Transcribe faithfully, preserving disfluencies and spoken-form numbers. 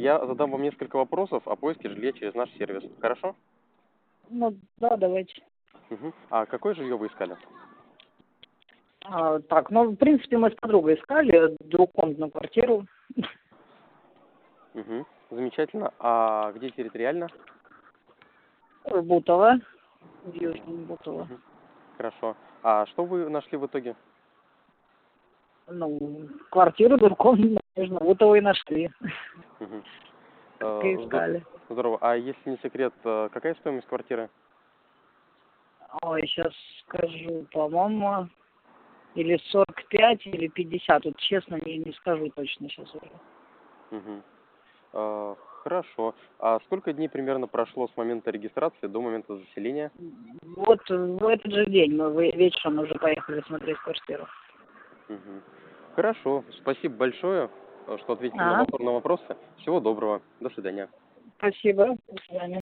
Я задам вам несколько вопросов о поиске жилья через наш сервис. Хорошо? Ну, да, давайте. Мгм. А какое жилье вы искали? А, так, ну, в принципе, мы с подругой искали двухкомнатную квартиру. Мгм. Замечательно. А где территориально? в Бутово, в Южном Бутово. Мгм. Хорошо. А что вы нашли в итоге? Ну, квартиру двухкомнатную в Бутово и нашли. Мгм. Как и Э, здо- искали. Здорово. А если не секрет, э, какая стоимость квартиры? Ой, сейчас скажу, по-моему, или сорок пять, или пятьдесят. Вот честно, не, не скажу точно сейчас уже. Мгм. Э, Хорошо. А сколько дней примерно прошло с момента регистрации до момента заселения? Вот в этот же день мы вы- вечером уже поехали смотреть квартиру. Мгм. Хорошо. Спасибо большое, э, что ответили на А, воп- на вопросы. Всего доброго. До свидания. спасибо. До свидания.